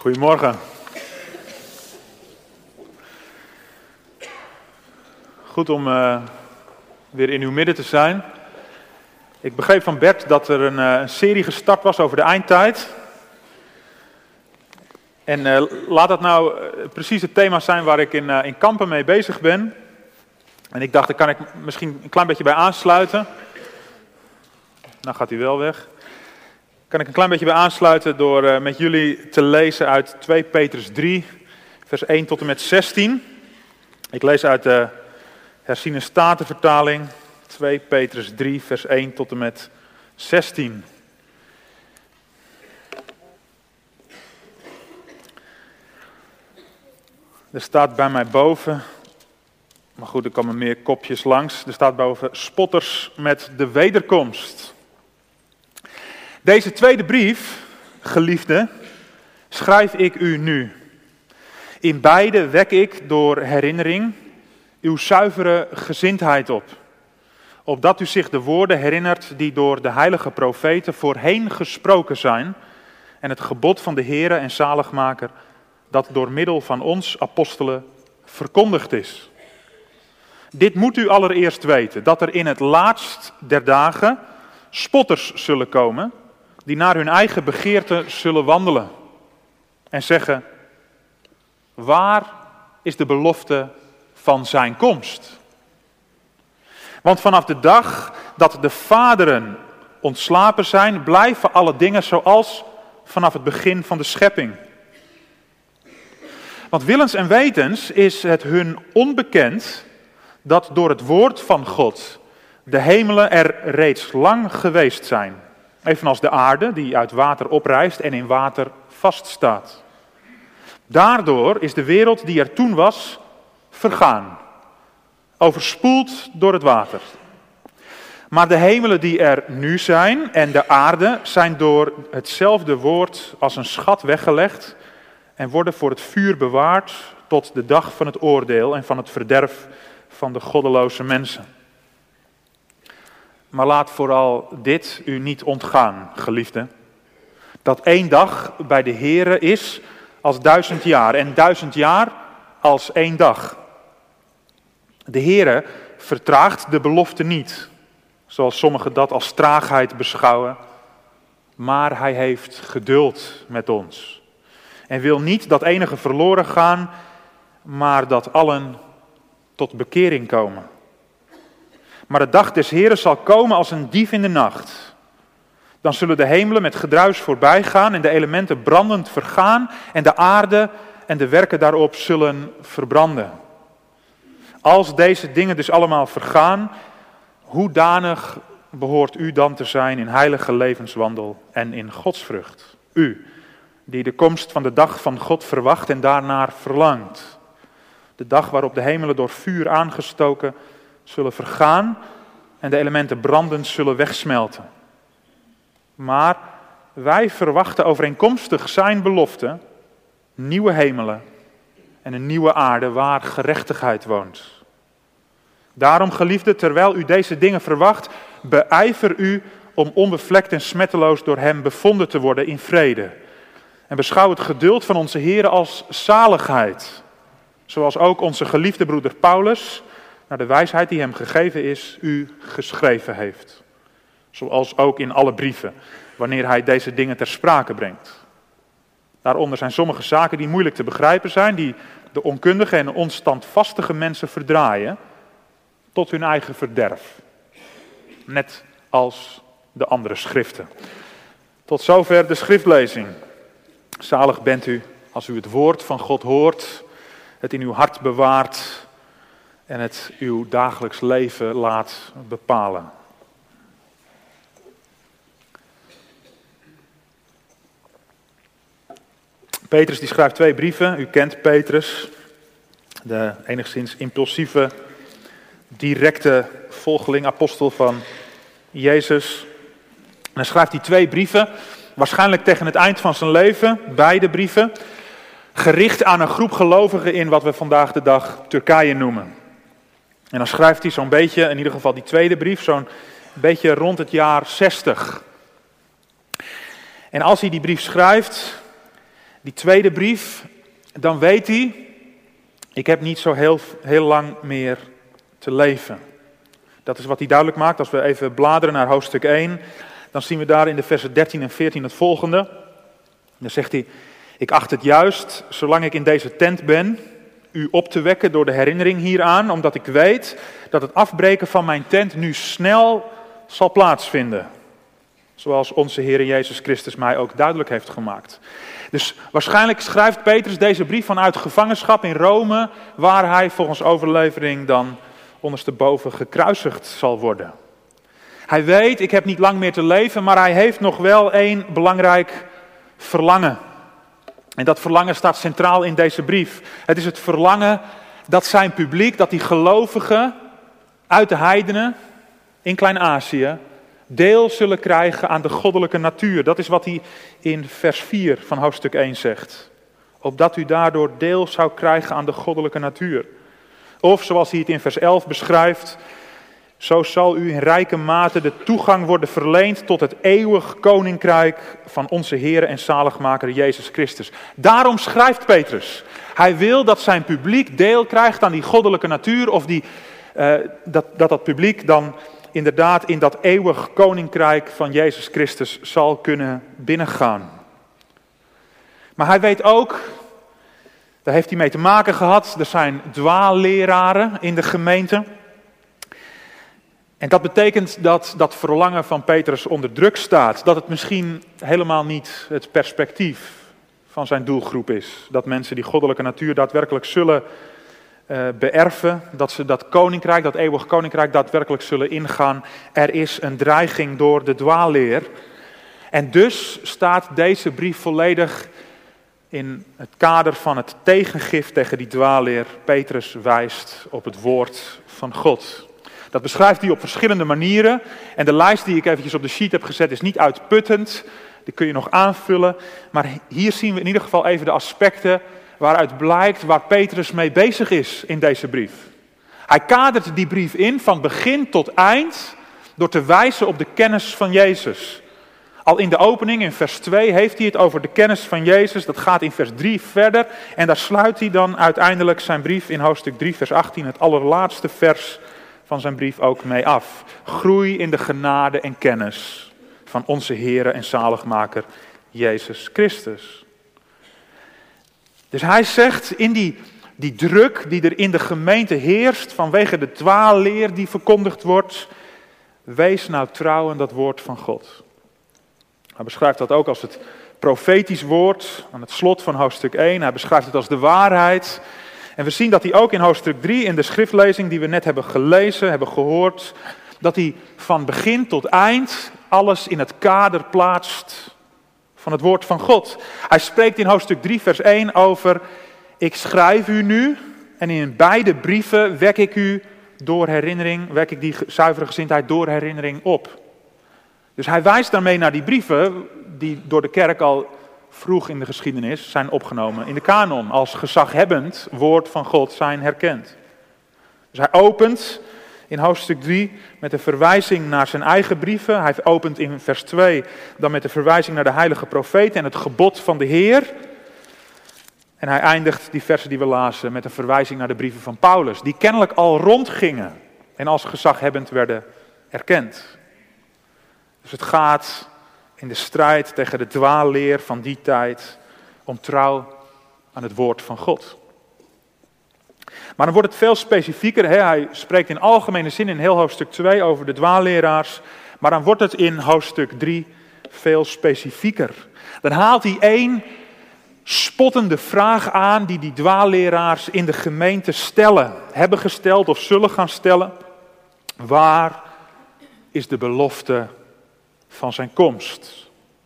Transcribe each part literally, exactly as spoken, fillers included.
Goedemorgen. Goed om uh, weer in uw midden te zijn. Ik begreep van Bert dat er een, uh, een serie gestart was over de eindtijd. En uh, laat dat nou uh, precies het thema zijn waar ik in, uh, in Kampen mee bezig ben. En ik dacht, daar kan ik misschien een klein beetje bij aansluiten. Nou gaat hij wel weg. Kan ik een klein beetje bij aansluiten door uh, met jullie te lezen uit twee Petrus drie, vers één tot en met zestien. Ik lees uit de herziene statenvertaling, twee Petrus drie, vers één tot en met zestien. Er staat bij mij boven, maar goed, er komen meer kopjes langs. Er staat boven, spotters met de wederkomst. Deze tweede brief, geliefde, schrijf ik u nu. In beide wek ik door herinnering uw zuivere gezindheid op. Opdat u zich de woorden herinnert die door de heilige profeten voorheen gesproken zijn. En het gebod van de Heere en zaligmaker dat door middel van ons apostelen verkondigd is. Dit moet u allereerst weten, dat er in het laatst der dagen spotters zullen komen, die naar hun eigen begeerte zullen wandelen en zeggen, waar is de belofte van zijn komst? Want vanaf de dag dat de vaderen ontslapen zijn, blijven alle dingen zoals vanaf het begin van de schepping. Want willens en wetens is het hun onbekend dat door het woord van God de hemelen er reeds lang geweest zijn. Evenals de aarde die uit water oprijst en in water vaststaat. Daardoor is de wereld die er toen was vergaan, overspoeld door het water. Maar de hemelen die er nu zijn en de aarde zijn door hetzelfde woord als een schat weggelegd en worden voor het vuur bewaard tot de dag van het oordeel en van het verderf van de goddeloze mensen. Maar laat vooral dit u niet ontgaan, geliefde. Dat één dag bij de Heere is als duizend jaar en duizend jaar als één dag. De Heere vertraagt de belofte niet, zoals sommigen dat als traagheid beschouwen. Maar hij heeft geduld met ons. En wil niet dat enigen verloren gaan, maar dat allen tot bekering komen. Maar de dag des Heeren zal komen als een dief in de nacht. Dan zullen de hemelen met gedruis voorbij gaan en de elementen brandend vergaan en de aarde en de werken daarop zullen verbranden. Als deze dingen dus allemaal vergaan, hoedanig behoort u dan te zijn in heilige levenswandel en in godsvrucht? U, die de komst van de dag van God verwacht en daarnaar verlangt. De dag waarop de hemelen door vuur aangestoken zullen vergaan en de elementen brandend zullen wegsmelten. Maar wij verwachten overeenkomstig zijn belofte nieuwe hemelen en een nieuwe aarde waar gerechtigheid woont. Daarom, geliefde, terwijl u deze dingen verwacht, beijver u om onbevlekt en smetteloos door hem bevonden te worden in vrede. En beschouw het geduld van onze Heer als zaligheid, zoals ook onze geliefde broeder Paulus, naar de wijsheid die hem gegeven is, u geschreven heeft. Zoals ook in alle brieven, wanneer hij deze dingen ter sprake brengt. Daaronder zijn sommige zaken die moeilijk te begrijpen zijn, die de onkundige en onstandvastige mensen verdraaien, tot hun eigen verderf. Net als de andere schriften. Tot zover de schriftlezing. Zalig bent u als u het woord van God hoort, het in uw hart bewaart en het uw dagelijks leven laat bepalen. Petrus die schrijft twee brieven. U kent Petrus, de enigszins impulsieve, directe volgeling, apostel van Jezus. En hij schrijft die twee brieven, waarschijnlijk tegen het eind van zijn leven, beide brieven, gericht aan een groep gelovigen in wat we vandaag de dag Turkije noemen. En dan schrijft hij zo'n beetje, in ieder geval die tweede brief, zo'n beetje rond het jaar zestig. En als hij die brief schrijft, die tweede brief, dan weet hij, ik heb niet zo heel, heel lang meer te leven. Dat is wat hij duidelijk maakt. Als we even bladeren naar hoofdstuk één, dan zien we daar in de versen dertien en veertien het volgende. Dan zegt hij, ik acht het juist, zolang ik in deze tent ben, u op te wekken door de herinnering hieraan, omdat ik weet dat het afbreken van mijn tent nu snel zal plaatsvinden. Zoals onze Heer Jezus Christus mij ook duidelijk heeft gemaakt. Dus waarschijnlijk schrijft Petrus deze brief vanuit gevangenschap in Rome, waar hij volgens overlevering dan ondersteboven gekruisigd zal worden. Hij weet, ik heb niet lang meer te leven, maar hij heeft nog wel één belangrijk verlangen. En dat verlangen staat centraal in deze brief. Het is het verlangen dat zijn publiek, dat die gelovigen uit de heidenen in Klein-Azië deel zullen krijgen aan de goddelijke natuur. Dat is wat hij in vers vier van hoofdstuk één zegt. Opdat u daardoor deel zou krijgen aan de goddelijke natuur. Of zoals hij het in vers elf beschrijft, zo zal u in rijke mate de toegang worden verleend tot het eeuwig koninkrijk van onze Heer en zaligmaker Jezus Christus. Daarom schrijft Petrus. Hij wil dat zijn publiek deel krijgt aan die goddelijke natuur, of die, uh, dat, dat dat publiek dan inderdaad in dat eeuwig koninkrijk van Jezus Christus zal kunnen binnengaan. Maar hij weet ook, daar heeft hij mee te maken gehad, er zijn dwaalleraren in de gemeente. En dat betekent dat dat verlangen van Petrus onder druk staat. Dat het misschien helemaal niet het perspectief van zijn doelgroep is. Dat mensen die goddelijke natuur daadwerkelijk zullen uh, beërven. Dat ze dat koninkrijk, dat eeuwig koninkrijk daadwerkelijk zullen ingaan. Er is een dreiging door de dwaalleer. En dus staat deze brief volledig in het kader van het tegengif tegen die dwaalleer. Petrus wijst op het woord van God. Dat beschrijft hij op verschillende manieren. En de lijst die ik eventjes op de sheet heb gezet is niet uitputtend. Die kun je nog aanvullen. Maar hier zien we in ieder geval even de aspecten waaruit blijkt waar Petrus mee bezig is in deze brief. Hij kadert die brief in van begin tot eind door te wijzen op de kennis van Jezus. Al in de opening in vers twee heeft hij het over de kennis van Jezus. Dat gaat in vers drie verder. En daar sluit hij dan uiteindelijk zijn brief in hoofdstuk drie vers achttien, het allerlaatste vers van zijn brief ook mee af. Groei in de genade en kennis van onze Heere en zaligmaker Jezus Christus. Dus hij zegt in die, die druk die er in de gemeente heerst vanwege de dwaalleer die verkondigd wordt, wees nou trouw aan dat woord van God. Hij beschrijft dat ook als het profetisch woord aan het slot van hoofdstuk één. Hij beschrijft het als de waarheid. En we zien dat hij ook in hoofdstuk drie, in de schriftlezing die we net hebben gelezen, hebben gehoord, dat hij van begin tot eind alles in het kader plaatst van het woord van God. Hij spreekt in hoofdstuk drie vers één over, ik schrijf u nu en in beide brieven wek ik u door herinnering, wek ik die zuivere gezindheid door herinnering op. Dus hij wijst daarmee naar die brieven die door de kerk al vroeg in de geschiedenis zijn opgenomen in de kanon, als gezaghebbend woord van God zijn herkend. Dus hij opent in hoofdstuk drie met een verwijzing naar zijn eigen brieven. Hij opent in vers twee dan met de verwijzing naar de heilige profeten en het gebod van de Heer. En hij eindigt die versen die we lazen met een verwijzing naar de brieven van Paulus, die kennelijk al rondgingen en als gezaghebbend werden erkend. Dus het gaat in de strijd tegen de dwaalleer van die tijd om trouw aan het woord van God. Maar dan wordt het veel specifieker. Hè? Hij spreekt in algemene zin in heel hoofdstuk twee over de dwaalleraars. Maar dan wordt het in hoofdstuk drie veel specifieker. Dan haalt hij één spottende vraag aan die die dwaalleraars in de gemeente stellen. Hebben gesteld of zullen gaan stellen. Waar is de belofte van zijn komst?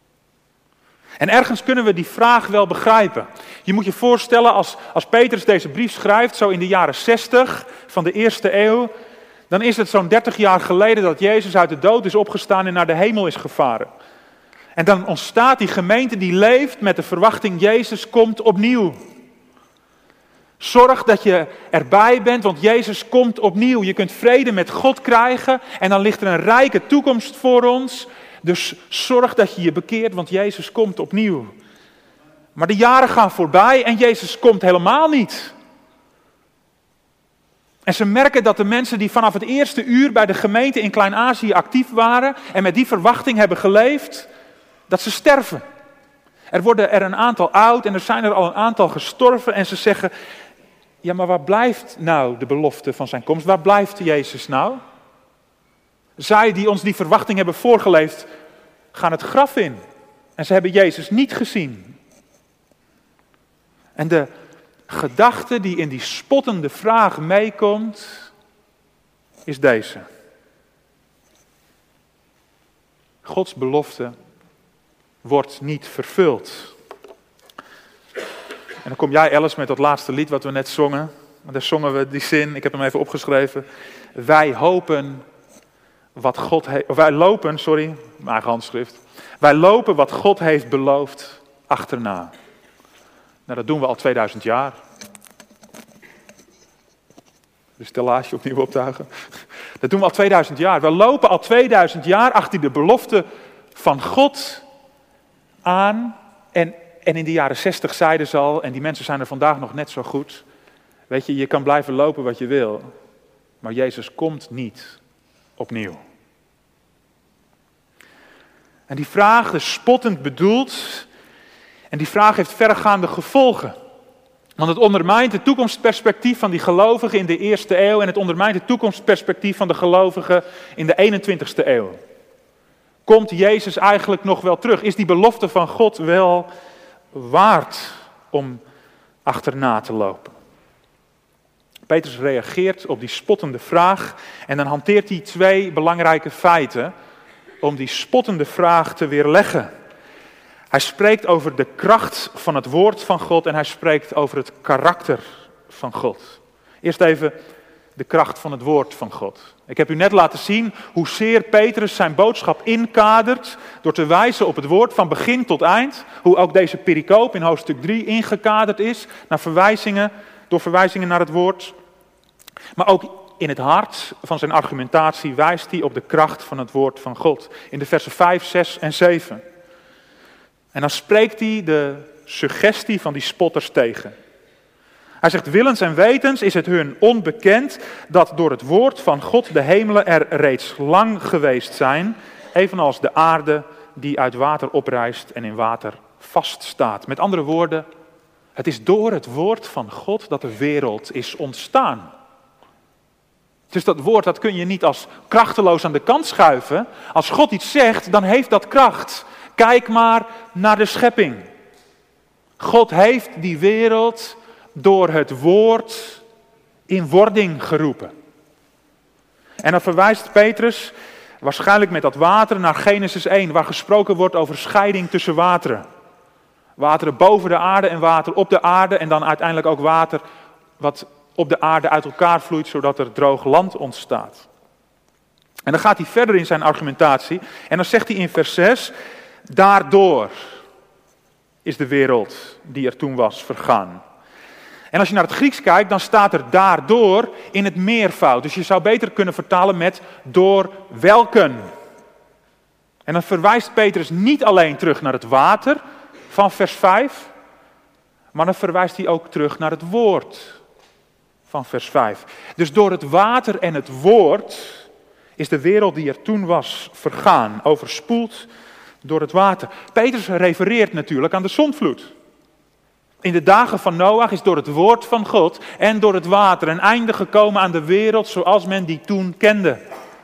En ergens kunnen we die vraag wel begrijpen. Je moet je voorstellen, als, als Petrus deze brief schrijft, zo in de jaren zestig van de eerste eeuw, dan is het zo'n dertig jaar geleden dat Jezus uit de dood is opgestaan en naar de hemel is gevaren. En dan ontstaat die gemeente die leeft met de verwachting, Jezus komt opnieuw. Zorg dat je erbij bent, want Jezus komt opnieuw. Je kunt vrede met God krijgen en dan ligt er een rijke toekomst voor ons. Dus zorg dat je je bekeert, want Jezus komt opnieuw. Maar de jaren gaan voorbij en Jezus komt helemaal niet. En ze merken dat de mensen die vanaf het eerste uur bij de gemeente in Klein-Azië actief waren en met die verwachting hebben geleefd, dat ze sterven. Er worden er een aantal oud en er zijn er al een aantal gestorven en ze zeggen, ja, maar waar blijft nou de belofte van zijn komst? Waar blijft Jezus nou? Zij die ons die verwachting hebben voorgeleefd, gaan het graf in. En ze hebben Jezus niet gezien. En de gedachte die in die spottende vraag meekomt, is deze. Gods belofte wordt niet vervuld. En dan kom jij, Alice, met dat laatste lied wat we net zongen. En daar zongen we die zin, ik heb hem even opgeschreven. Wij hopen wat God heeft, of wij lopen, sorry, mijn eigen handschrift. Wij lopen wat God heeft beloofd achterna. Nou, dat doen we al tweeduizend jaar. De stellage opnieuw optuigen. Dat doen we al tweeduizend jaar. We lopen al tweeduizend jaar achter de belofte van God aan. En, en in de jaren zestig zeiden ze al, en die mensen zijn er vandaag nog net zo goed. Weet je, je kan blijven lopen wat je wil. Maar Jezus komt niet opnieuw. En die vraag is spottend bedoeld. En die vraag heeft verregaande gevolgen. Want het ondermijnt het toekomstperspectief van die gelovigen in de eerste eeuw. En het ondermijnt het toekomstperspectief van de gelovigen in de eenentwintigste eeuw. Komt Jezus eigenlijk nog wel terug? Is die belofte van God wel waard om achterna te lopen? Petrus reageert op die spottende vraag. En dan hanteert hij twee belangrijke feiten om die spottende vraag te weerleggen. Hij spreekt over de kracht van het woord van God en hij spreekt over het karakter van God. Eerst even de kracht van het woord van God. Ik heb u net laten zien hoezeer Petrus zijn boodschap inkadert door te wijzen op het woord van begin tot eind. Hoe ook deze pericoop in hoofdstuk drie ingekaderd is naar verwijzingen, door verwijzingen naar het woord. Maar ook in het hart van zijn argumentatie wijst hij op de kracht van het woord van God. In de versen vijf, zes en zeven. En dan spreekt hij de suggestie van die spotters tegen. Hij zegt, willens en wetens is het hun onbekend dat door het woord van God de hemelen er reeds lang geweest zijn, evenals de aarde die uit water oprijst en in water vaststaat. Met andere woorden, het is door het woord van God dat de wereld is ontstaan. Dus dat woord, dat kun je niet als krachteloos aan de kant schuiven. Als God iets zegt, dan heeft dat kracht. Kijk maar naar de schepping. God heeft die wereld door het woord in wording geroepen. En dan verwijst Petrus waarschijnlijk met dat water naar Genesis één, waar gesproken wordt over scheiding tussen wateren. Wateren boven de aarde en water op de aarde en dan uiteindelijk ook water wat op de aarde uit elkaar vloeit, zodat er droog land ontstaat. En dan gaat hij verder in zijn argumentatie en dan zegt hij in vers zes, daardoor is de wereld die er toen was vergaan. En als je naar het Grieks kijkt, dan staat er daardoor in het meervoud. Dus je zou beter kunnen vertalen met door welken. En dan verwijst Petrus niet alleen terug naar het water van vers vijf, maar dan verwijst hij ook terug naar het woord van vers vijf. Dus door het water en het woord is de wereld die er toen was vergaan, overspoeld door het water. Petrus refereert natuurlijk aan de zondvloed. In de dagen van Noach is door het woord van God en door het water een einde gekomen aan de wereld zoals men die toen kende.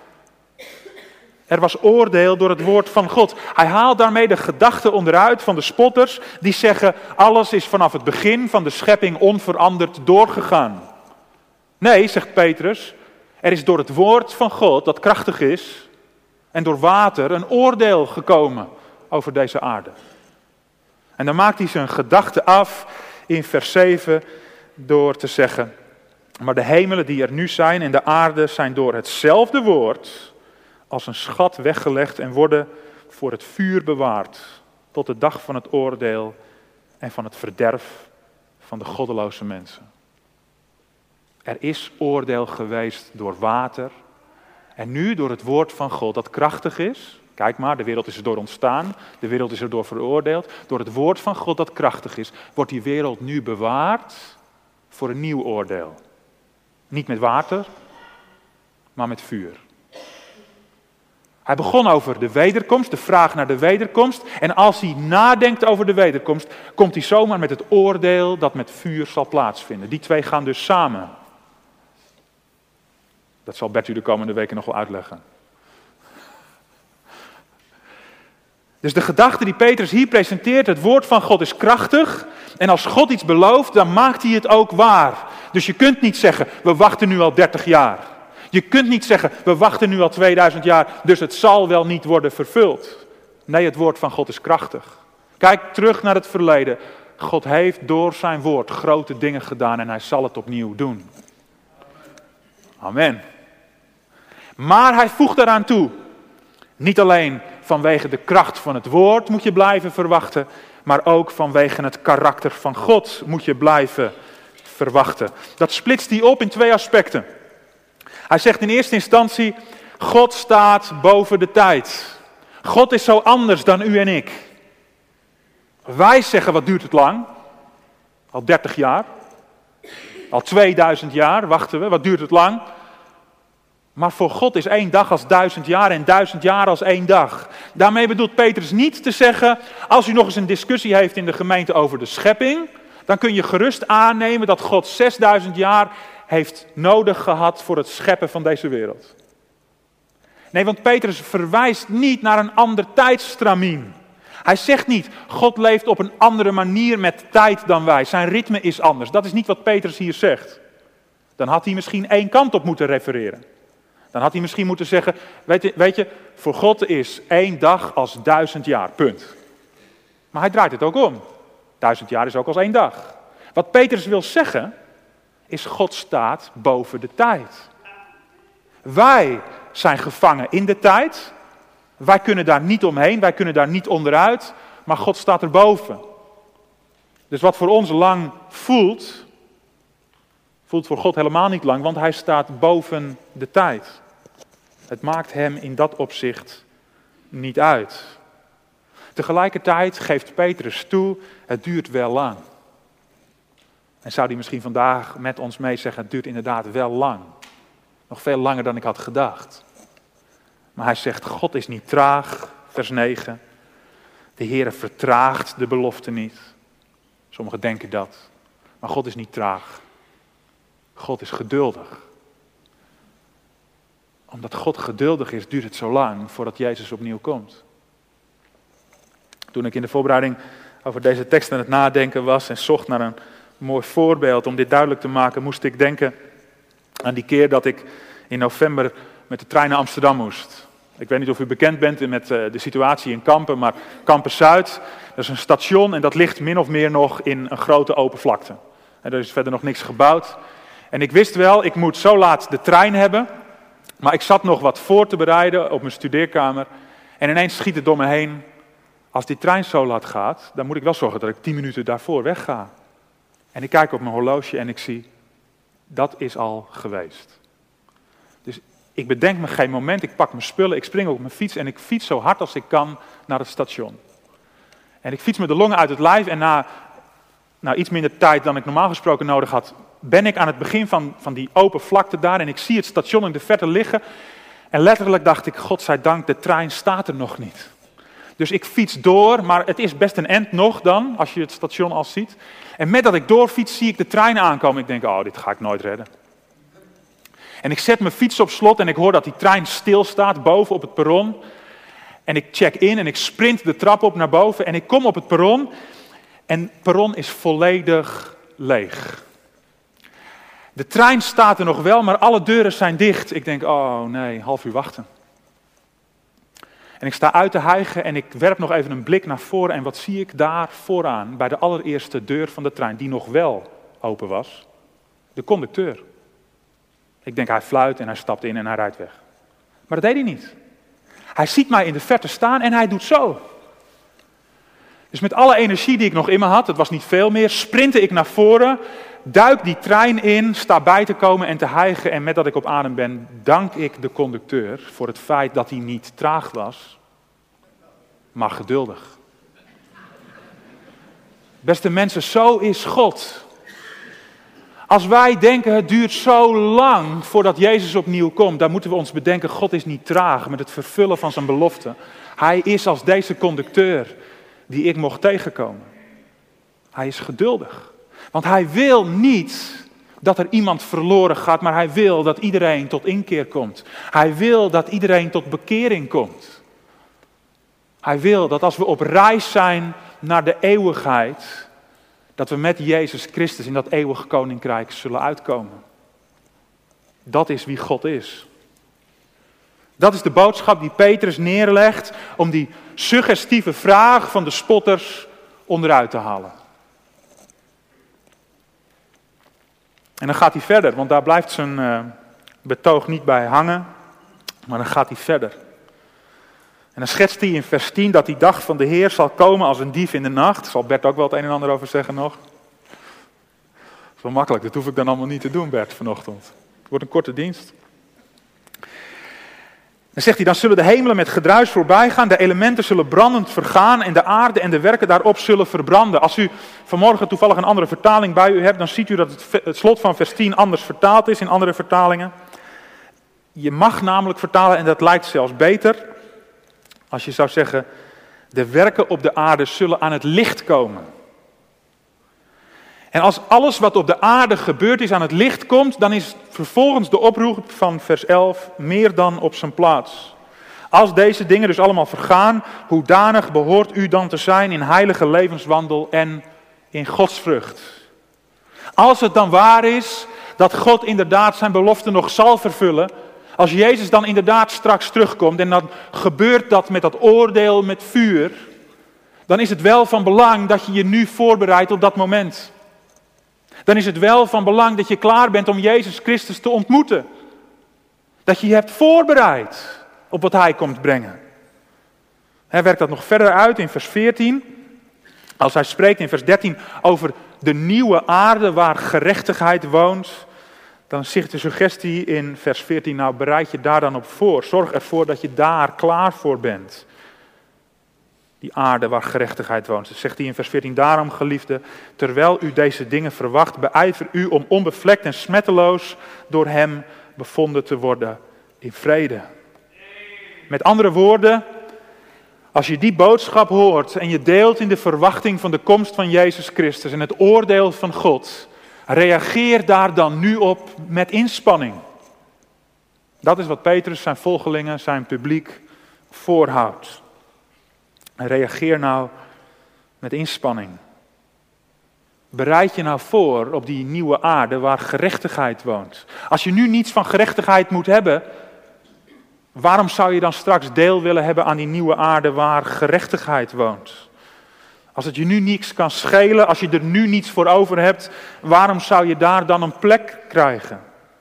Er was oordeel door het woord van God. Hij haalt daarmee de gedachte onderuit van de spotters die zeggen alles is vanaf het begin van de schepping onveranderd doorgegaan. Nee, zegt Petrus, er is door het woord van God dat krachtig is en door water een oordeel gekomen over deze aarde. En dan maakt hij zijn gedachte af in vers zeven door te zeggen, maar de hemelen die er nu zijn en de aarde zijn door hetzelfde woord als een schat weggelegd en worden voor het vuur bewaard tot de dag van het oordeel en van het verderf van de goddeloze mensen. Er is oordeel geweest door water en nu door het woord van God dat krachtig is. Kijk maar, de wereld is erdoor ontstaan, de wereld is erdoor veroordeeld. Door het woord van God dat krachtig is, wordt die wereld nu bewaard voor een nieuw oordeel. Niet met water, maar met vuur. Hij begon over de wederkomst, de vraag naar de wederkomst. En als hij nadenkt over de wederkomst, komt hij zomaar met het oordeel dat met vuur zal plaatsvinden. Die twee gaan dus samen. Dat zal Bert u de komende weken nog wel uitleggen. Dus de gedachte die Petrus hier presenteert, het woord van God is krachtig. En als God iets belooft, dan maakt hij het ook waar. Dus je kunt niet zeggen, we wachten nu al dertig jaar. Je kunt niet zeggen, we wachten nu al tweeduizend jaar, dus het zal wel niet worden vervuld. Nee, het woord van God is krachtig. Kijk terug naar het verleden. God heeft door zijn woord grote dingen gedaan en hij zal het opnieuw doen. Amen. Maar hij voegt eraan toe, niet alleen vanwege de kracht van het woord moet je blijven verwachten, maar ook vanwege het karakter van God moet je blijven verwachten. Dat splitst hij op in twee aspecten. Hij zegt in eerste instantie, God staat boven de tijd. God is zo anders dan u en ik. Wij zeggen, wat duurt het lang? Al dertig jaar. Al tweeduizend jaar wachten we, wat duurt het lang? Maar voor God is één dag als duizend jaar en duizend jaar als één dag. Daarmee bedoelt Petrus niet te zeggen, als u nog eens een discussie heeft in de gemeente over de schepping, dan kun je gerust aannemen dat God zesduizend jaar heeft nodig gehad voor het scheppen van deze wereld. Nee, want Petrus verwijst niet naar een ander tijdstramien. Hij zegt niet, God leeft op een andere manier met tijd dan wij. Zijn ritme is anders. Dat is niet wat Petrus hier zegt. Dan had hij misschien één kant op moeten refereren. Dan had hij misschien moeten zeggen, weet je, weet je, voor God is één dag als duizend jaar, punt. Maar hij draait het ook om. Duizend jaar is ook als één dag. Wat Petrus wil zeggen, is God staat boven de tijd. Wij zijn gevangen in de tijd. Wij kunnen daar niet omheen, wij kunnen daar niet onderuit, maar God staat erboven. Dus wat voor ons lang voelt, voelt voor God helemaal niet lang, want hij staat boven de tijd. Het maakt hem in dat opzicht niet uit. Tegelijkertijd geeft Petrus toe, het duurt wel lang. En zou hij misschien vandaag met ons mee zeggen, het duurt inderdaad wel lang. Nog veel langer dan ik had gedacht. Maar hij zegt, God is niet traag, vers negen. De Heere vertraagt de belofte niet. Sommigen denken dat. Maar God is niet traag. God is geduldig. Omdat God geduldig is, duurt het zo lang voordat Jezus opnieuw komt. Toen ik in de voorbereiding over deze tekst aan het nadenken was en zocht naar een mooi voorbeeld om dit duidelijk te maken, moest ik denken aan die keer dat ik in november met de trein naar Amsterdam moest. Ik weet niet of u bekend bent met de situatie in Kampen, maar Kampen Zuid, dat is een station en dat ligt min of meer nog in een grote open vlakte. En er is verder nog niks gebouwd. En ik wist wel, ik moet zo laat de trein hebben, maar ik zat nog wat voor te bereiden op mijn studeerkamer. En ineens schiet het door me heen, als die trein zo laat gaat, dan moet ik wel zorgen dat ik tien minuten daarvoor wegga. En ik kijk op mijn horloge en ik zie, dat is al geweest. Dus ik bedenk me geen moment, ik pak mijn spullen, ik spring op mijn fiets en ik fiets zo hard als ik kan naar het station. En ik fiets met de longen uit het lijf en na nou, iets minder tijd dan ik normaal gesproken nodig had, ben ik aan het begin van, van die open vlakte daar en ik zie het station in de verte liggen. En letterlijk dacht ik, godzijdank, de trein staat er nog niet. Dus ik fiets door, maar het is best een end nog dan, als je het station al ziet. En met dat ik doorfiets, zie ik de trein aankomen. Ik denk, oh, dit ga ik nooit redden. En ik zet mijn fiets op slot en ik hoor dat die trein stilstaat boven op het perron. En ik check in en ik sprint de trap op naar boven en ik kom op het perron. En het perron is volledig leeg. De trein staat er nog wel, maar alle deuren zijn dicht. Ik denk, oh nee, half uur wachten. En ik sta uit te hijgen en ik werp nog even een blik naar voren. En wat zie ik daar vooraan, bij de allereerste deur van de trein, die nog wel open was? De conducteur. Ik denk, hij fluit en hij stapt in en hij rijdt weg. Maar dat deed hij niet. Hij ziet mij in de verte staan en hij doet zo. Dus met alle energie die ik nog in me had, het was niet veel meer, sprintte ik naar voren, duik die trein in, sta bij te komen en te hijgen. En met dat ik op adem ben, dank ik de conducteur voor het feit dat hij niet traag was, maar geduldig. Beste mensen, zo is God. Als wij denken het duurt zo lang voordat Jezus opnieuw komt, dan moeten we ons bedenken, God is niet traag met het vervullen van zijn belofte. Hij is als deze conducteur die ik mocht tegenkomen. Hij is geduldig. Want hij wil niet dat er iemand verloren gaat, maar hij wil dat iedereen tot inkeer komt. Hij wil dat iedereen tot bekering komt. Hij wil dat als we op reis zijn naar de eeuwigheid, dat we met Jezus Christus in dat eeuwige koninkrijk zullen uitkomen. Dat is wie God is. Dat is de boodschap die Petrus neerlegt om die suggestieve vraag van de spotters onderuit te halen. En dan gaat hij verder, want daar blijft zijn uh, betoog niet bij hangen, maar dan gaat hij verder. En dan schetst hij in vers tien dat die dag van de Heer zal komen als een dief in de nacht. Zal Bert ook wel het een en ander over zeggen nog? Dat is wel makkelijk, dat hoef ik dan allemaal niet te doen, Bert, vanochtend. Het wordt een korte dienst. Dan zegt hij, dan zullen de hemelen met gedruis voorbij gaan, de elementen zullen brandend vergaan en de aarde en de werken daarop zullen verbranden. Als u vanmorgen toevallig een andere vertaling bij u hebt, dan ziet u dat het, het slot van vers tien anders vertaald is in andere vertalingen. Je mag namelijk vertalen, en dat lijkt zelfs beter, als je zou zeggen, de werken op de aarde zullen aan het licht komen. En als alles wat op de aarde gebeurd is aan het licht komt, dan is vervolgens de oproep van vers elf meer dan op zijn plaats. Als deze dingen dus allemaal vergaan, hoedanig behoort u dan te zijn in heilige levenswandel en in godsvrucht. Als het dan waar is dat God inderdaad zijn belofte nog zal vervullen, als Jezus dan inderdaad straks terugkomt en dan gebeurt dat met dat oordeel met vuur, dan is het wel van belang dat je je nu voorbereidt op dat moment. Dan is het wel van belang dat je klaar bent om Jezus Christus te ontmoeten. Dat je je hebt voorbereid op wat Hij komt brengen. Hij werkt dat nog verder uit in vers veertien. Als hij spreekt in vers dertien over de nieuwe aarde waar gerechtigheid woont, dan zegt de suggestie in vers veertien, nou bereid je daar dan op voor. Zorg ervoor dat je daar klaar voor bent. Die aarde waar gerechtigheid woont. Dus zegt hij in vers veertien, daarom geliefde, terwijl u deze dingen verwacht, beijver u om onbevlekt en smetteloos door hem bevonden te worden in vrede. Met andere woorden, als je die boodschap hoort en je deelt in de verwachting van de komst van Jezus Christus en het oordeel van God, reageer daar dan nu op met inspanning. Dat is wat Petrus zijn volgelingen, zijn publiek voorhoudt. Reageer nou met inspanning. Bereid je nou voor op die nieuwe aarde waar gerechtigheid woont. Als je nu niets van gerechtigheid moet hebben, waarom zou je dan straks deel willen hebben aan die nieuwe aarde waar gerechtigheid woont? Als het je nu niets kan schelen, als je er nu niets voor over hebt, waarom zou je daar dan een plek krijgen?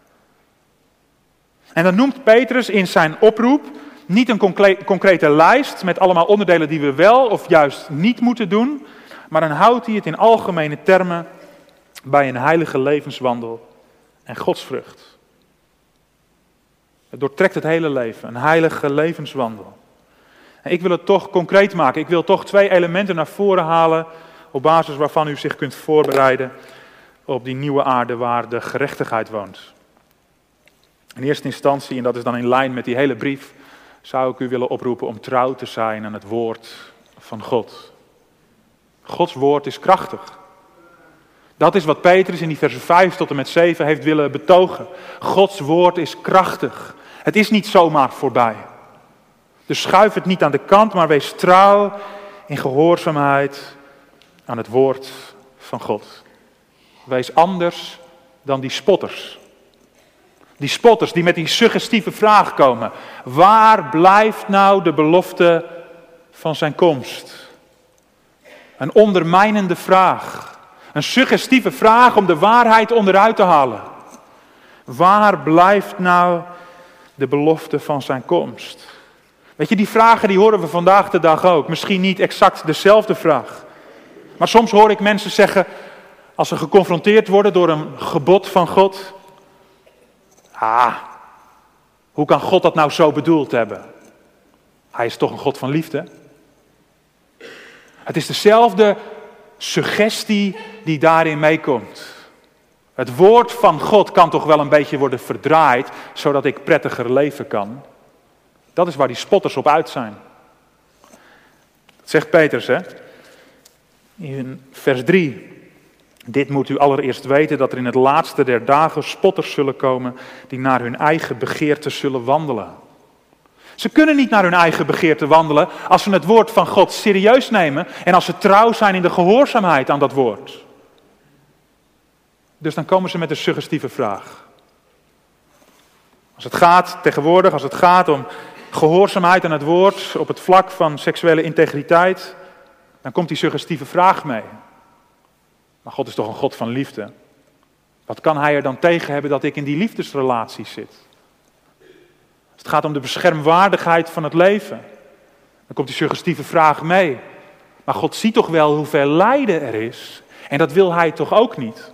En dan noemt Petrus in zijn oproep niet een concrete lijst met allemaal onderdelen die we wel of juist niet moeten doen, maar dan houdt hij het in algemene termen bij een heilige levenswandel en godsvrucht. Het doortrekt het hele leven, een heilige levenswandel. En ik wil het toch concreet maken. Ik wil toch twee elementen naar voren halen op basis waarvan u zich kunt voorbereiden op die nieuwe aarde waar de gerechtigheid woont. In eerste instantie, en dat is dan in lijn met die hele brief, zou ik u willen oproepen om trouw te zijn aan het woord van God. Gods woord is krachtig. Dat is wat Petrus in die versen vijf tot en met zeven heeft willen betogen. Gods woord is krachtig. Het is niet zomaar voorbij. Dus schuif het niet aan de kant, maar wees trouw in gehoorzaamheid aan het woord van God. Wees anders dan die spotters. Die spotters die met die suggestieve vraag komen. Waar blijft nou de belofte van zijn komst? Een ondermijnende vraag. Een suggestieve vraag om de waarheid onderuit te halen. Waar blijft nou de belofte van zijn komst? Weet je, die vragen die horen we vandaag de dag ook. Misschien niet exact dezelfde vraag. Maar soms hoor ik mensen zeggen, als ze geconfronteerd worden door een gebod van God. Ah, hoe kan God dat nou zo bedoeld hebben? Hij is toch een God van liefde? Het is dezelfde suggestie die daarin meekomt. Het woord van God kan toch wel een beetje worden verdraaid, zodat ik prettiger leven kan. Dat is waar die spotters op uit zijn. Dat zegt Petrus, hè? In vers drie. Dit moet u allereerst weten, dat er in het laatste der dagen spotters zullen komen die naar hun eigen begeerte zullen wandelen. Ze kunnen niet naar hun eigen begeerte wandelen als ze het woord van God serieus nemen en als ze trouw zijn in de gehoorzaamheid aan dat woord. Dus dan komen ze met een suggestieve vraag. Als het gaat tegenwoordig, als het gaat om gehoorzaamheid aan het woord op het vlak van seksuele integriteit, dan komt die suggestieve vraag mee. Maar God is toch een God van liefde? Wat kan hij er dan tegen hebben dat ik in die liefdesrelatie zit? Als het gaat om de beschermwaardigheid van het leven, dan komt die suggestieve vraag mee. Maar God ziet toch wel hoeveel lijden er is? En dat wil hij toch ook niet?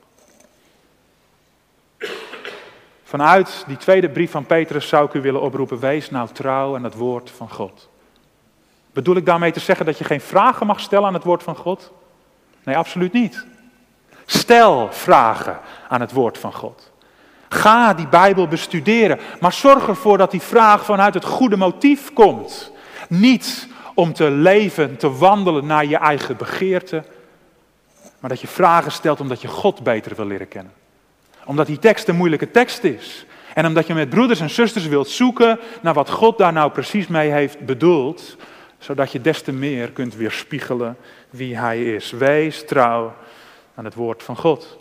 Vanuit die tweede brief van Petrus zou ik u willen oproepen, wees nou trouw aan het woord van God. Bedoel ik daarmee te zeggen dat je geen vragen mag stellen aan het woord van God? Nee, absoluut niet. Stel vragen aan het woord van God. Ga die Bijbel bestuderen, maar zorg ervoor dat die vraag vanuit het goede motief komt. Niet om te leven, te wandelen naar je eigen begeerte, maar dat je vragen stelt omdat je God beter wil leren kennen. Omdat die tekst een moeilijke tekst is. En omdat je met broeders en zusters wilt zoeken naar wat God daar nou precies mee heeft bedoeld, zodat je des te meer kunt weerspiegelen wie hij is. Wees trouw aan het woord van God.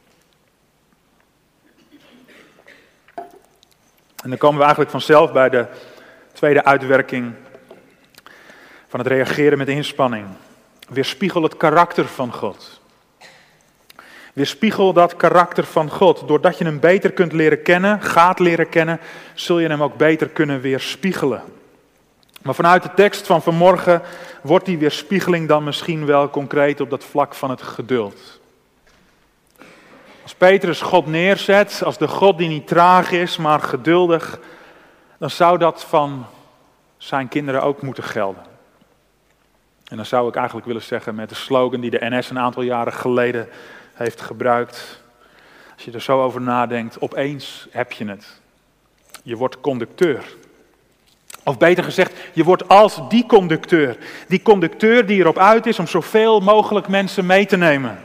En dan komen we eigenlijk vanzelf bij de tweede uitwerking van het reageren met inspanning. Weerspiegel het karakter van God. Weerspiegel dat karakter van God. Doordat je hem beter kunt leren kennen, gaat leren kennen, zul je hem ook beter kunnen weerspiegelen. Maar vanuit de tekst van vanmorgen wordt die weerspiegeling dan misschien wel concreet op dat vlak van het geduld. Als Petrus God neerzet als de God die niet traag is, maar geduldig, dan zou dat van zijn kinderen ook moeten gelden. En dan zou ik eigenlijk willen zeggen met de slogan die de N S een aantal jaren geleden heeft gebruikt. Als je er zo over nadenkt, opeens heb je het. Je wordt conducteur. Of beter gezegd, je wordt als die conducteur. Die conducteur die erop uit is om zoveel mogelijk mensen mee te nemen.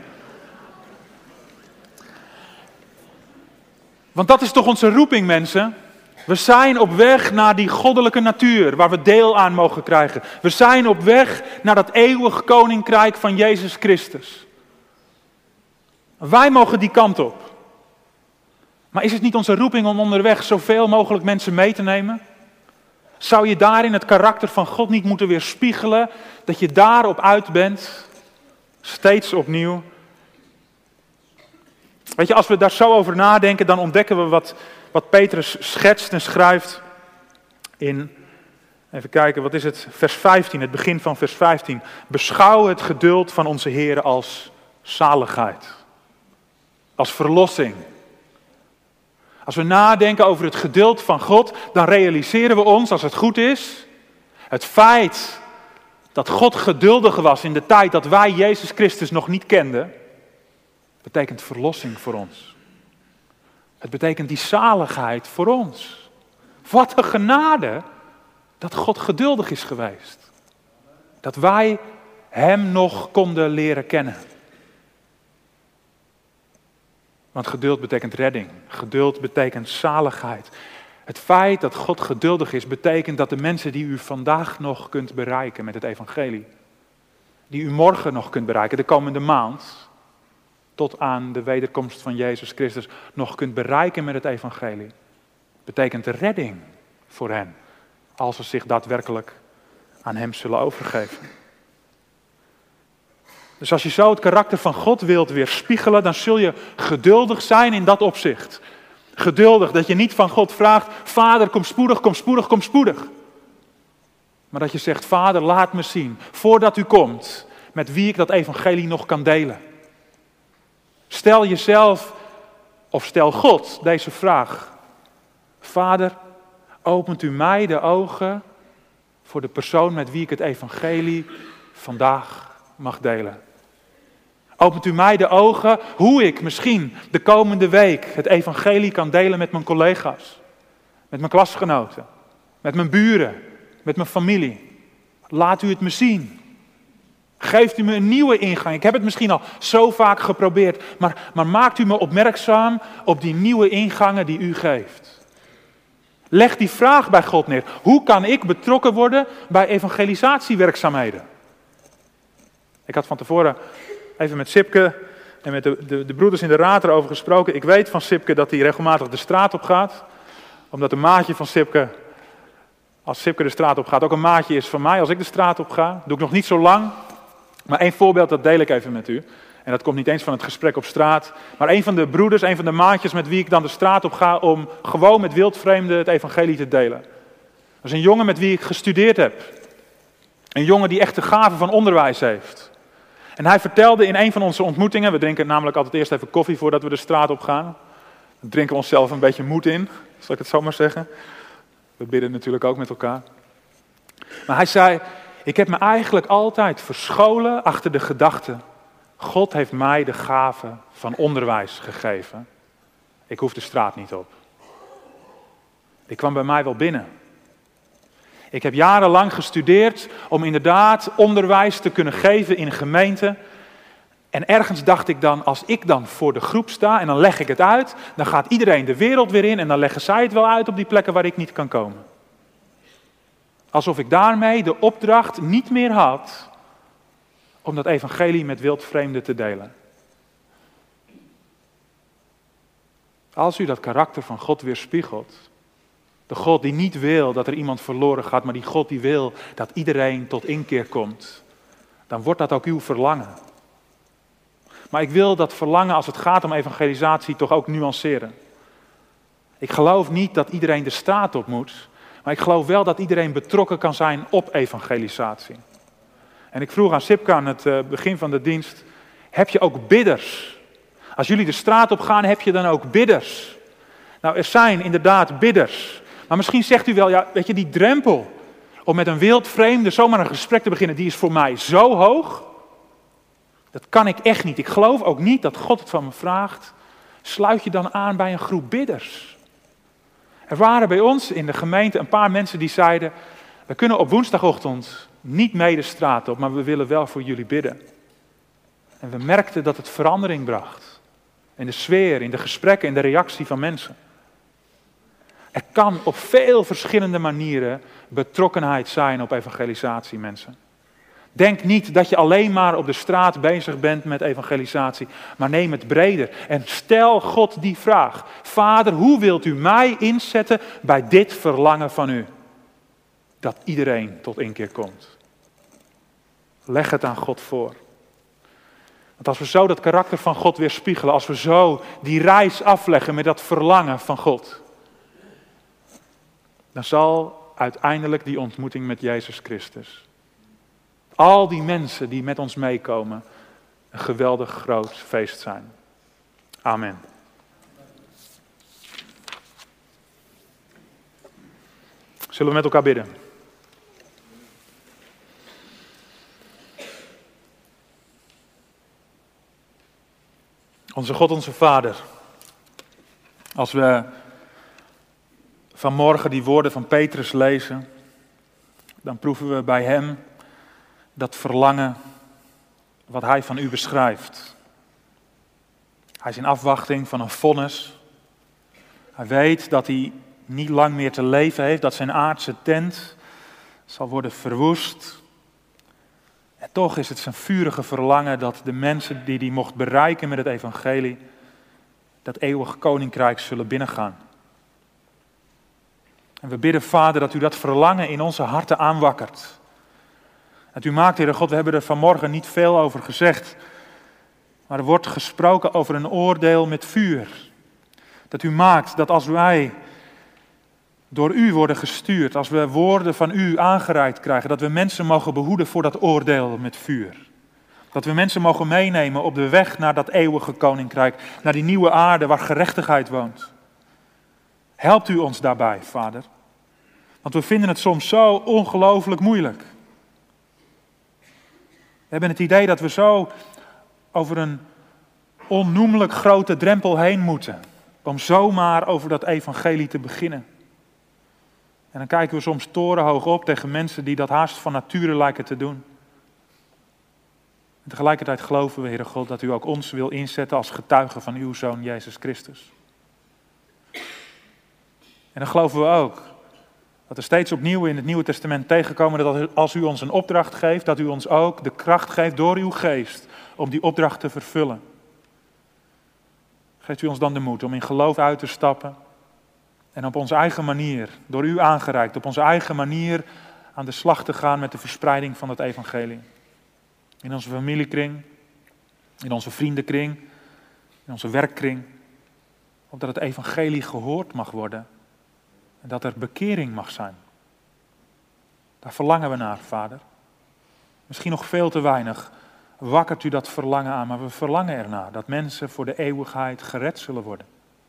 Want dat is toch onze roeping, mensen? We zijn op weg naar die goddelijke natuur, waar we deel aan mogen krijgen. We zijn op weg naar dat eeuwig koninkrijk van Jezus Christus. Wij mogen die kant op. Maar is het niet onze roeping om onderweg zoveel mogelijk mensen mee te nemen? Zou je daarin het karakter van God niet moeten weerspiegelen, dat je daarop uit bent, steeds opnieuw? Weet je, als we daar zo over nadenken, dan ontdekken we wat, wat Petrus schetst en schrijft in, even kijken, wat is het, vers vijftien, het begin van vers vijftien. Beschouw het geduld van onze Heer als zaligheid, als verlossing. Als we nadenken over het geduld van God, dan realiseren we ons, als het goed is, het feit dat God geduldig was in de tijd dat wij Jezus Christus nog niet kenden, betekent verlossing voor ons. Het betekent die zaligheid voor ons. Wat een genade dat God geduldig is geweest. Dat wij hem nog konden leren kennen. Want geduld betekent redding. Geduld betekent zaligheid. Het feit dat God geduldig is, betekent dat de mensen die u vandaag nog kunt bereiken met het evangelie, die u morgen nog kunt bereiken, de komende maand, tot aan de wederkomst van Jezus Christus, nog kunt bereiken met het evangelie, betekent redding voor hen, als ze zich daadwerkelijk aan hem zullen overgeven. Dus als je zo het karakter van God wilt weerspiegelen, dan zul je geduldig zijn in dat opzicht. Geduldig, dat je niet van God vraagt, Vader, kom spoedig, kom spoedig, kom spoedig. Maar dat je zegt, Vader, laat me zien, voordat u komt, met wie ik dat evangelie nog kan delen. Stel jezelf, of stel God deze vraag. Vader, opent u mij de ogen voor de persoon met wie ik het evangelie vandaag mag delen. Opent u mij de ogen hoe ik misschien de komende week het evangelie kan delen met mijn collega's, met mijn klasgenoten, met mijn buren, met mijn familie. Laat u het me zien. Geeft u me een nieuwe ingang. Ik heb het misschien al zo vaak geprobeerd, maar, maar maakt u me opmerkzaam op die nieuwe ingangen die u geeft. Leg die vraag bij God neer. Hoe kan ik betrokken worden bij evangelisatiewerkzaamheden? Ik had van tevoren even met Sipke en met de, de, de broeders in de raad erover gesproken. Ik weet van Sipke dat hij regelmatig de straat op gaat. Omdat een maatje van Sipke, als Sipke de straat op gaat, ook een maatje is van mij als ik de straat op ga. Dat doe ik nog niet zo lang. Maar één voorbeeld, dat deel ik even met u. En dat komt niet eens van het gesprek op straat. Maar een van de broeders, een van de maatjes met wie ik dan de straat op ga om gewoon met wildvreemden het evangelie te delen. Dat is een jongen met wie ik gestudeerd heb. Een jongen die echt de gave van onderwijs heeft. En hij vertelde in een van onze ontmoetingen, we drinken namelijk altijd eerst even koffie voordat we de straat op gaan. Dan drinken we onszelf een beetje moed in, zal ik het zo maar zeggen. We bidden natuurlijk ook met elkaar. Maar hij zei, ik heb me eigenlijk altijd verscholen achter de gedachte, God heeft mij de gave van onderwijs gegeven. Ik hoef de straat niet op. Die kwam bij mij wel binnen. Ik heb jarenlang gestudeerd om inderdaad onderwijs te kunnen geven in een gemeente. En ergens dacht ik dan, als ik dan voor de groep sta en dan leg ik het uit, dan gaat iedereen de wereld weer in en dan leggen zij het wel uit op die plekken waar ik niet kan komen. Alsof ik daarmee de opdracht niet meer had om dat evangelie met wildvreemden te delen. Als u dat karakter van God weerspiegelt, de God die niet wil dat er iemand verloren gaat, maar die God die wil dat iedereen tot inkeer komt, dan wordt dat ook uw verlangen. Maar ik wil dat verlangen als het gaat om evangelisatie toch ook nuanceren. Ik geloof niet dat iedereen de straat op moet, maar ik geloof wel dat iedereen betrokken kan zijn op evangelisatie. En ik vroeg aan Sipke aan het begin van de dienst, heb je ook bidders? Als jullie de straat op gaan, heb je dan ook bidders? Nou, er zijn inderdaad bidders. Maar misschien zegt u wel, ja, weet je, die drempel om met een wildvreemde zomaar een gesprek te beginnen, die is voor mij zo hoog. Dat kan ik echt niet. Ik geloof ook niet dat God het van me vraagt. Sluit je dan aan bij een groep bidders. Er waren bij ons in de gemeente een paar mensen die zeiden, we kunnen op woensdagochtend niet mee de straat op, maar we willen wel voor jullie bidden. En we merkten dat het verandering bracht. In de sfeer, in de gesprekken, in de reactie van mensen. Er kan op veel verschillende manieren betrokkenheid zijn op evangelisatie, mensen. Denk niet dat je alleen maar op de straat bezig bent met evangelisatie, maar neem het breder en stel God die vraag. Vader, hoe wilt u mij inzetten bij dit verlangen van u? Dat iedereen tot inkeer komt. Leg het aan God voor. Want als we zo dat karakter van God weerspiegelen, als we zo die reis afleggen met dat verlangen van God, dan zal uiteindelijk die ontmoeting met Jezus Christus, al die mensen die met ons meekomen, een geweldig groot feest zijn. Amen. Zullen we met elkaar bidden? Onze God, onze Vader, als we vanmorgen die woorden van Petrus lezen, dan proeven we bij hem dat verlangen wat hij van u beschrijft. Hij is in afwachting van een vonnis. Hij weet dat hij niet lang meer te leven heeft, dat zijn aardse tent zal worden verwoest. En toch is het zijn vurige verlangen dat de mensen die hij mocht bereiken met het evangelie, dat eeuwige koninkrijk zullen binnengaan. En we bidden, Vader, dat u dat verlangen in onze harten aanwakkert. Dat u maakt, Heere God, we hebben er vanmorgen niet veel over gezegd, maar er wordt gesproken over een oordeel met vuur. Dat u maakt dat als wij door u worden gestuurd, als we woorden van u aangereikt krijgen, dat we mensen mogen behoeden voor dat oordeel met vuur. Dat we mensen mogen meenemen op de weg naar dat eeuwige koninkrijk, naar die nieuwe aarde waar gerechtigheid woont. Helpt u ons daarbij, Vader. Want we vinden het soms zo ongelooflijk moeilijk. We hebben het idee dat we zo over een onnoemelijk grote drempel heen moeten. Om zomaar over dat evangelie te beginnen. En dan kijken we soms torenhoog op tegen mensen die dat haast van nature lijken te doen. En tegelijkertijd geloven we, Heere God, dat u ook ons wil inzetten als getuigen van uw Zoon Jezus Christus. En dan geloven we ook dat we steeds opnieuw in het Nieuwe Testament tegenkomen dat als u ons een opdracht geeft, dat u ons ook de kracht geeft door uw geest om die opdracht te vervullen. Geeft u ons dan de moed om in geloof uit te stappen en op onze eigen manier, door u aangereikt, op onze eigen manier aan de slag te gaan met de verspreiding van het evangelie. In onze familiekring, in onze vriendenkring, in onze werkkring. Opdat het evangelie gehoord mag worden. En dat er bekering mag zijn. Daar verlangen we naar, Vader. Misschien nog veel te weinig wakkert u dat verlangen aan, maar we verlangen ernaar dat mensen voor de eeuwigheid gered zullen worden.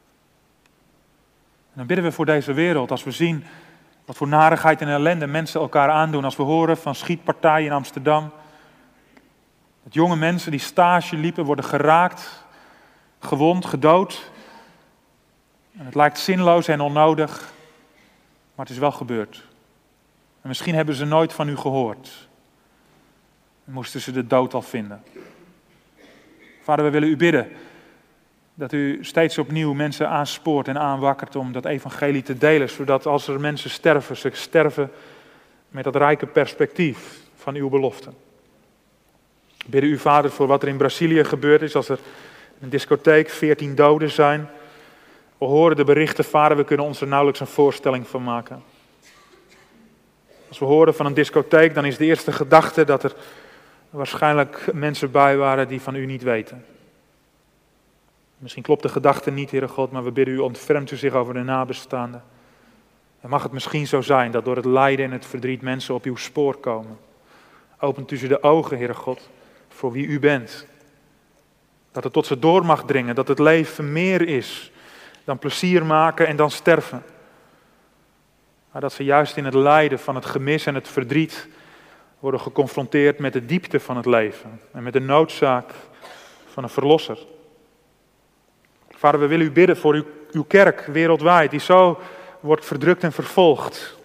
En dan bidden we voor deze wereld als we zien wat voor narigheid en ellende mensen elkaar aandoen. Als we horen van schietpartijen in Amsterdam. Dat jonge mensen die stage liepen worden geraakt, gewond, gedood. En het lijkt zinloos en onnodig, maar het is wel gebeurd. En misschien hebben ze nooit van u gehoord. En moesten ze de dood al vinden. Vader, we willen u bidden dat u steeds opnieuw mensen aanspoort en aanwakkert om dat evangelie te delen. Zodat als er mensen sterven, ze sterven met dat rijke perspectief van uw belofte. We bidden u, Vader, voor wat er in Brazilië gebeurd is. Als er in een discotheek veertien doden zijn. We horen de berichten, Vader, we kunnen ons er nauwelijks een voorstelling van maken. Als we horen van een discotheek, dan is de eerste gedachte dat er waarschijnlijk mensen bij waren die van u niet weten. Misschien klopt de gedachte niet, Heere God, maar we bidden u, ontfermt u zich over de nabestaanden. En mag het misschien zo zijn dat door het lijden en het verdriet mensen op uw spoor komen. Opent u ze de ogen, Heere God, voor wie u bent. Dat het tot ze door mag dringen, dat het leven meer is dan plezier maken en dan sterven. Maar dat ze juist in het lijden van het gemis en het verdriet worden geconfronteerd met de diepte van het leven. En met de noodzaak van een verlosser. Vader, we willen u bidden voor uw, uw kerk wereldwijd, die zo wordt verdrukt en vervolgd.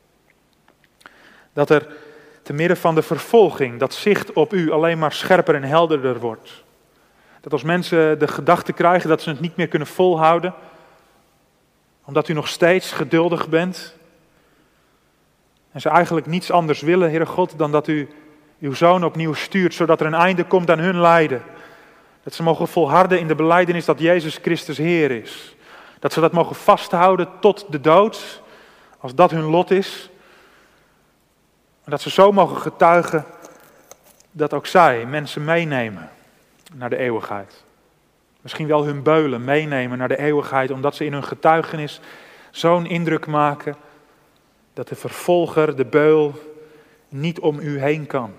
Dat er te midden van de vervolging, dat zicht op u alleen maar scherper en helderder wordt. Dat als mensen de gedachte krijgen dat ze het niet meer kunnen volhouden, omdat u nog steeds geduldig bent. En ze eigenlijk niets anders willen, Heere God, dan dat u uw Zoon opnieuw stuurt, zodat er een einde komt aan hun lijden. Dat ze mogen volharden in de belijdenis dat Jezus Christus Heer is. Dat ze dat mogen vasthouden tot de dood, als dat hun lot is. En dat ze zo mogen getuigen dat ook zij mensen meenemen naar de eeuwigheid. Misschien wel hun beulen meenemen naar de eeuwigheid, omdat ze in hun getuigenis zo'n indruk maken dat de vervolger, de beul, niet om u heen kan.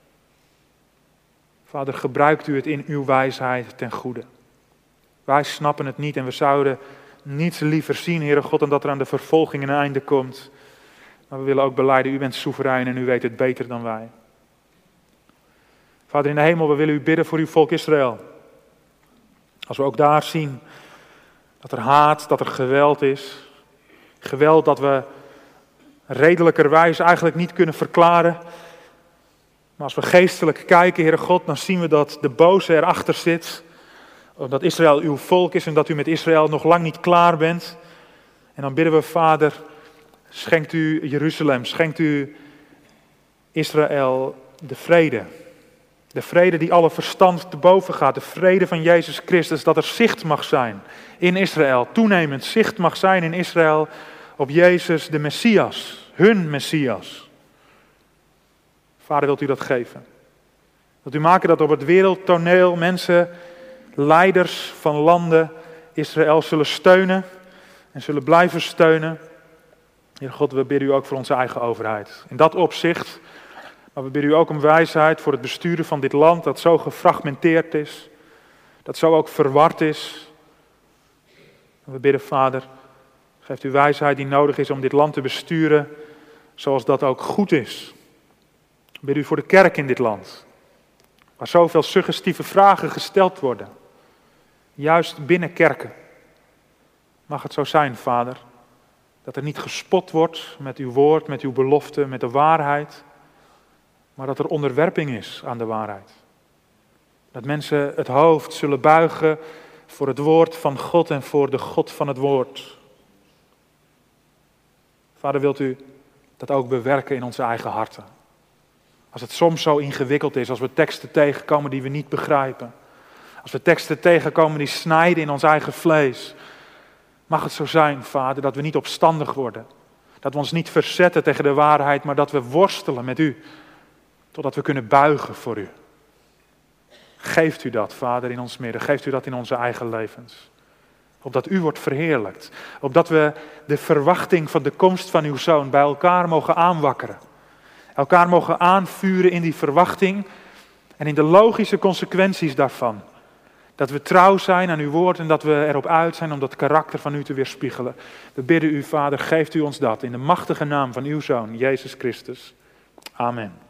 Vader, gebruikt u het in uw wijsheid ten goede. Wij snappen het niet en we zouden niets liever zien, Heere God, dan dat er aan de vervolging een einde komt. Maar we willen ook belijden, u bent soeverein en u weet het beter dan wij. Vader in de hemel, we willen u bidden voor uw volk Israël. Als we ook daar zien dat er haat, dat er geweld is. Geweld dat we redelijkerwijs eigenlijk niet kunnen verklaren. Maar als we geestelijk kijken, Heere God, dan zien we dat de boze erachter zit. Dat Israël uw volk is en dat u met Israël nog lang niet klaar bent. En dan bidden we, Vader, schenkt u Jeruzalem, schenkt u Israël de vrede. De vrede die alle verstand te boven gaat. De vrede van Jezus Christus, dat er zicht mag zijn in Israël. Toenemend zicht mag zijn in Israël op Jezus de Messias. Hun Messias. Vader, wilt u dat geven? Wilt u maken dat op het wereldtoneel mensen, leiders van landen, Israël zullen steunen en zullen blijven steunen. Heer God, we bidden u ook voor onze eigen overheid. In dat opzicht, maar we bidden u ook om wijsheid voor het besturen van dit land dat zo gefragmenteerd is, dat zo ook verward is. En we bidden, Vader, geeft u wijsheid die nodig is om dit land te besturen zoals dat ook goed is. We bidden u voor de kerk in dit land. Waar zoveel suggestieve vragen gesteld worden. Juist binnen kerken. Mag het zo zijn, Vader, dat er niet gespot wordt met uw woord, met uw belofte, met de waarheid. Maar dat er onderwerping is aan de waarheid. Dat mensen het hoofd zullen buigen voor het woord van God en voor de God van het woord. Vader, wilt u dat ook bewerken in onze eigen harten? Als het soms zo ingewikkeld is, als we teksten tegenkomen die we niet begrijpen. Als we teksten tegenkomen die snijden in ons eigen vlees. Mag het zo zijn, Vader, dat we niet opstandig worden. Dat we ons niet verzetten tegen de waarheid, maar dat we worstelen met u. Totdat we kunnen buigen voor u. Geeft u dat, Vader, in ons midden. Geeft u dat in onze eigen levens. Opdat u wordt verheerlijkt. Opdat we de verwachting van de komst van uw Zoon bij elkaar mogen aanwakkeren. Elkaar mogen aanvuren in die verwachting. En in de logische consequenties daarvan. Dat we trouw zijn aan uw woord en dat we erop uit zijn om dat karakter van u te weerspiegelen. We bidden u, Vader, geeft u ons dat in de machtige naam van uw Zoon, Jezus Christus. Amen.